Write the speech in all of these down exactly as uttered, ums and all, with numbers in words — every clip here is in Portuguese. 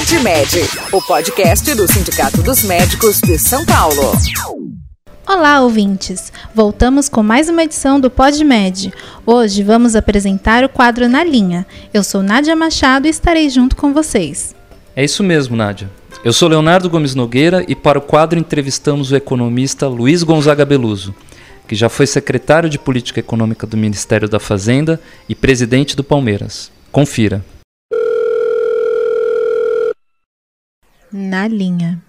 PodMed, o podcast do Sindicato dos Médicos de São Paulo. Olá, ouvintes! Voltamos com mais uma edição do PodMed. Hoje vamos apresentar o quadro Na Linha. Eu sou Nádia Machado e estarei junto com vocês. É isso mesmo, Nádia. Eu sou Leonardo Gomes Nogueira e para o quadro entrevistamos o economista Luiz Gonzaga Beluso, que já foi secretário de Política Econômica do Ministério da Fazenda e presidente do Palmeiras. Confira. Na Linha.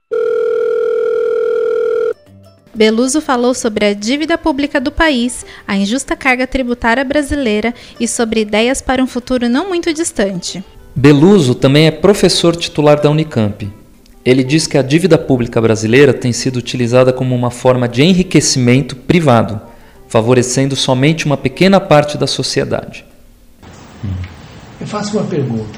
Beluso falou sobre a dívida pública do país, a injusta carga tributária brasileira e sobre ideias para um futuro não muito distante. Beluso também é professor titular da Unicamp. Ele diz que a dívida pública brasileira tem sido utilizada como uma forma de enriquecimento privado, favorecendo somente uma pequena parte da sociedade. Eu faço uma pergunta.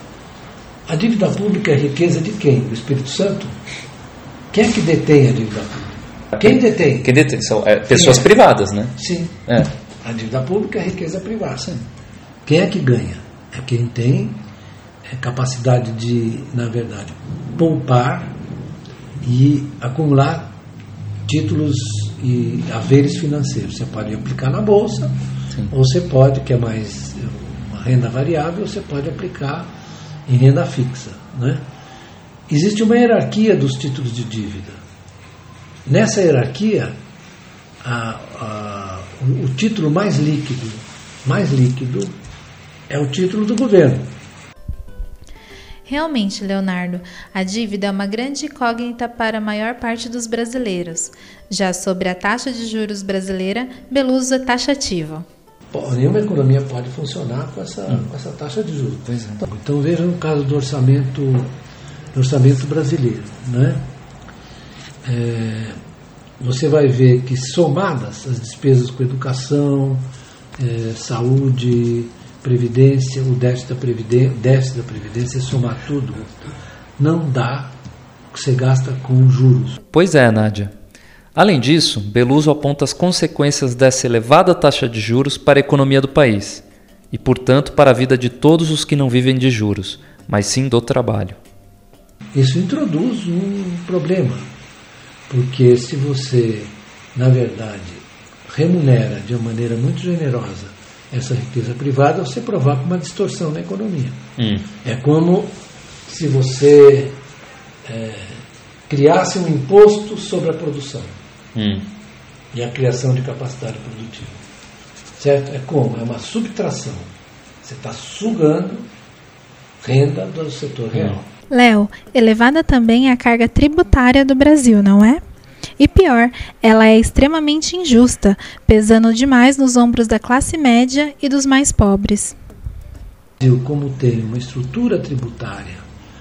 A dívida pública é riqueza de quem? Do Espírito Santo? Quem é que detém a dívida pública? Quem detém? Quem detém? São é, pessoas é? privadas, né? Sim. É. A dívida pública é riqueza privada. Sim. Quem é que ganha? É quem tem é, capacidade de, na verdade, poupar e acumular títulos e haveres financeiros. Você pode aplicar na bolsa, sim, ou você pode, que é mais uma renda variável, você pode aplicar em renda fixa, né? Existe uma hierarquia dos títulos de dívida. Nessa hierarquia, a, a, o, o título mais líquido, mais líquido é o título do governo. Realmente, Leonardo, a dívida é uma grande incógnita para a maior parte dos brasileiros. Já sobre a taxa de juros brasileira, Beluso é taxativo. Nenhuma economia pode funcionar com essa, hum. com essa taxa de juros. Pois é. Então veja no caso do orçamento, do orçamento brasileiro, né? É, você vai ver que somadas as despesas com educação, é, saúde, previdência, o déficit da previdência, déficit da previdência, somar tudo, não dá o que você gasta com juros. Pois é, Nádia. Além disso, Beluso aponta as consequências dessa elevada taxa de juros para a economia do país e, portanto, para a vida de todos os que não vivem de juros, mas sim do trabalho. Isso introduz um problema, porque se você, na verdade, remunera de uma maneira muito generosa essa riqueza privada, você provoca uma distorção na economia. Hum. É como se você é, criasse um imposto sobre a produção. Hum. E a criação de capacidade produtiva. Certo? É como? É uma subtração. Você está sugando renda do setor real. Léo, elevada também é a carga tributária do Brasil, não é? E pior, ela é extremamente injusta, pesando demais nos ombros da classe média e dos mais pobres. Como tem uma estrutura tributária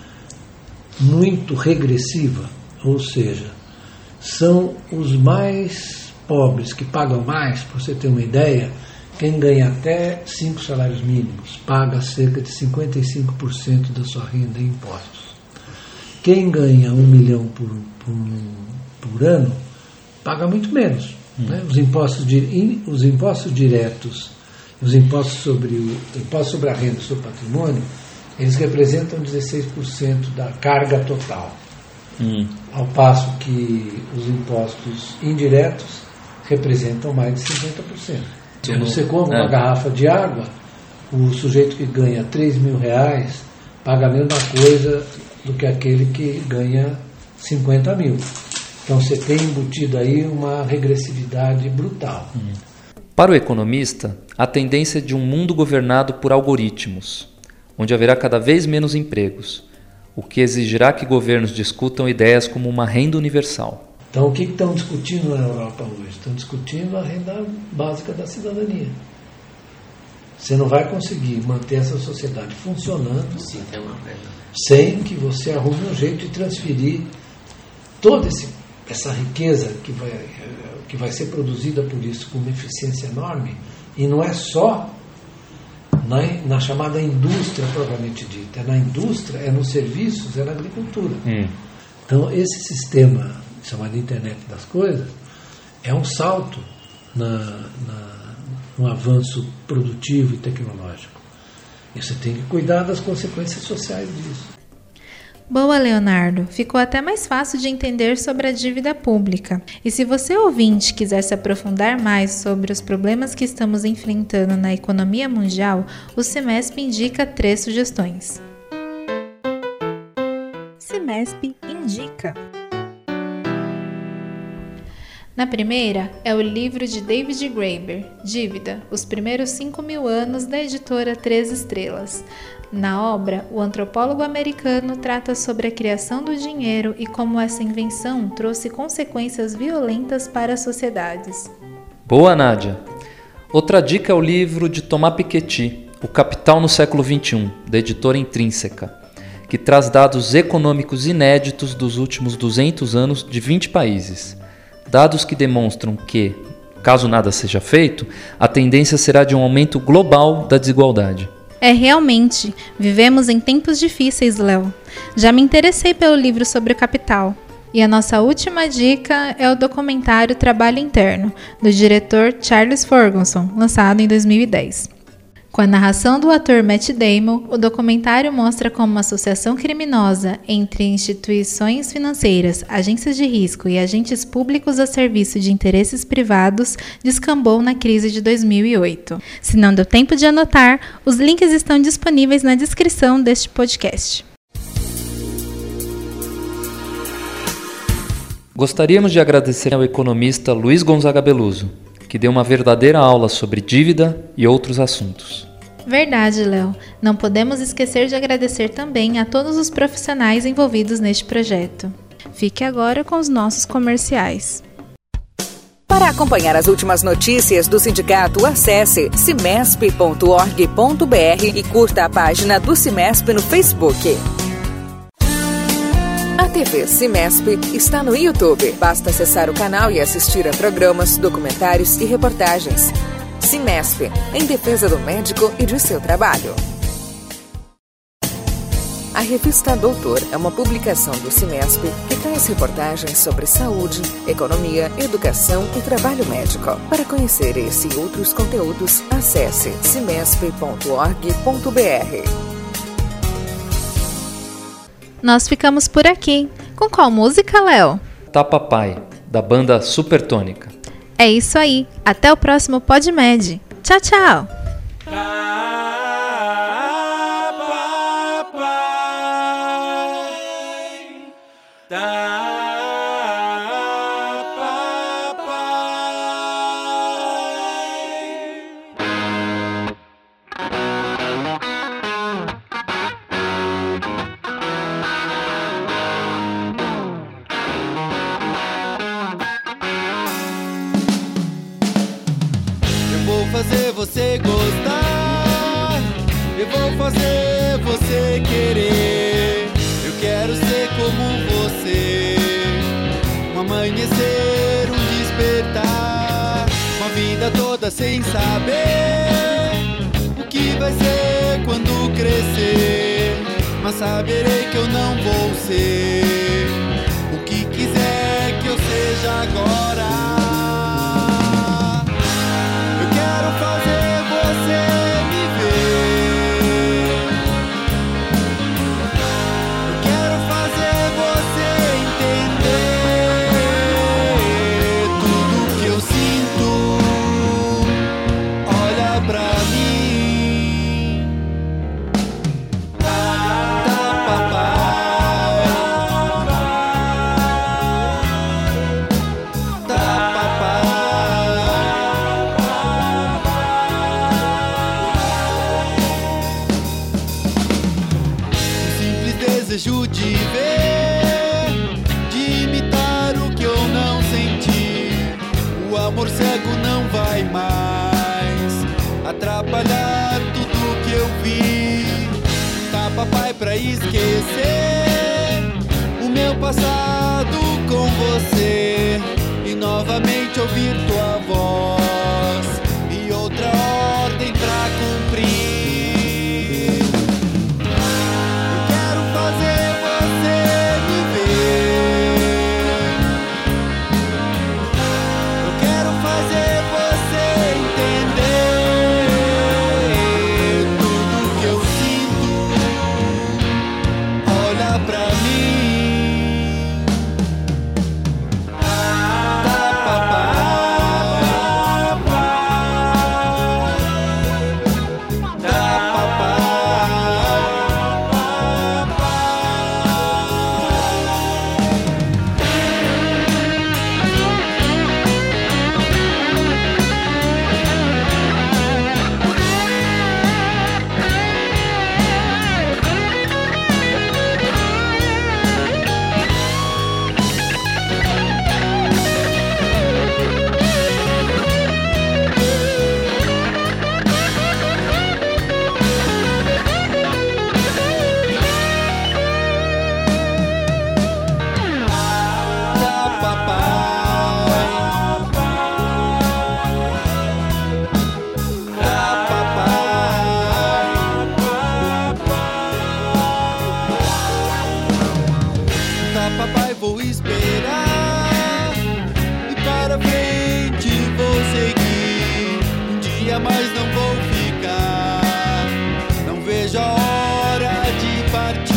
muito regressiva, ou seja, são os mais pobres que pagam mais, para você ter uma ideia, quem ganha até cinco salários mínimos paga cerca de cinquenta e cinco por cento da sua renda em impostos. Quem ganha um milhão por, por, por ano paga muito menos. Hum. Né? Os, impostos di, os impostos diretos, os impostos sobre, o imposto sobre a renda e sobre o patrimônio, eles representam dezesseis por cento da carga total. Hum. Ao passo que os impostos indiretos representam mais de cinquenta por cento. Se você compra uma é. garrafa de água, o sujeito que ganha três mil reais paga a mesma coisa do que aquele que ganha cinquenta mil. Então você tem embutido aí uma regressividade brutal. Hum. Para o economista, a tendência é de um mundo governado por algoritmos, onde haverá cada vez menos empregos, o que exigirá que governos discutam ideias como uma renda universal. Então, o que estão discutindo na Europa hoje? Estão discutindo a renda básica da cidadania. Você não vai conseguir manter essa sociedade funcionando Sim, tem uma sem que você arrume um jeito de transferir toda esse, essa riqueza que vai, que vai ser produzida por isso com uma eficiência enorme. E não é só na, na chamada indústria propriamente dita. É na indústria, é nos serviços, é na agricultura. Hum. Então, esse sistema chamado internet das coisas é um salto na, na, no avanço produtivo e tecnológico. E você tem que cuidar das consequências sociais disso. Boa, Leonardo. Ficou até mais fácil de entender sobre a dívida pública. E se você, ouvinte, quiser se aprofundar mais sobre os problemas que estamos enfrentando na economia mundial, o Cimesp indica três sugestões. Cimesp indica. Na primeira é o livro de David Graeber, Dívida, os primeiros cinco mil anos, da editora Três Estrelas. Na obra, o antropólogo americano trata sobre a criação do dinheiro e como essa invenção trouxe consequências violentas para as sociedades. Boa, Nádia! Outra dica é o livro de Thomas Piketty, O Capital no século vinte e um, da editora Intrínseca, que traz dados econômicos inéditos dos últimos duzentos anos de vinte países. Dados que demonstram que, caso nada seja feito, a tendência será de um aumento global da desigualdade. É, realmente, vivemos em tempos difíceis, Léo. Já me interessei pelo livro sobre o capital. E a nossa última dica é o documentário Trabalho Interno, do diretor Charles Ferguson, lançado em dois mil e dez. Com a narração do ator Matt Damon, o documentário mostra como uma associação criminosa entre instituições financeiras, agências de risco e agentes públicos a serviço de interesses privados descambou na crise de dois mil e oito. Se não deu tempo de anotar, os links estão disponíveis na descrição deste podcast. Gostaríamos de agradecer ao economista Luiz Gonzaga Beluso, que deu uma verdadeira aula sobre dívida e outros assuntos. Verdade, Léo. Não podemos esquecer de agradecer também a todos os profissionais envolvidos neste projeto. Fique agora com os nossos comerciais. Para acompanhar as últimas notícias do sindicato, acesse cimesp ponto org ponto br e curta a página do Cimesp no Facebook. A T V Cimesp está no YouTube. Basta acessar o canal e assistir a programas, documentários e reportagens. Cimesp, em defesa do médico e de seu trabalho. A revista Doutor é uma publicação do Cimesp que traz reportagens sobre saúde, economia, educação e trabalho médico. Para conhecer esse e outros conteúdos, acesse cimesp ponto org ponto br. Nós ficamos por aqui. Com qual música, Léo? Tá Papai, da banda Supertônica. É isso aí. Até o próximo PodMed. Tchau, tchau. Fazer você gostar, eu vou fazer você querer. Eu quero ser como você, um amanhecer, um despertar, uma vida toda sem saber o que vai ser quando crescer. Mas saberei que eu não vou ser o que quiser que eu seja agora. Fazer você me ver. Eu quero fazer você entender tudo que eu sinto. Olha pra mim. Tá, papai. Tá, papai. Desejo de ver, de imitar o que eu não senti. O amor cego não vai mais atrapalhar tudo que eu vi. Tá, papai, pra esquecer o meu passado com você e novamente ouvir tua voz e outra ordem pra cumprir. Pra vou esperar e para frente vou seguir. Um dia mais não vou ficar, não vejo a hora de partir.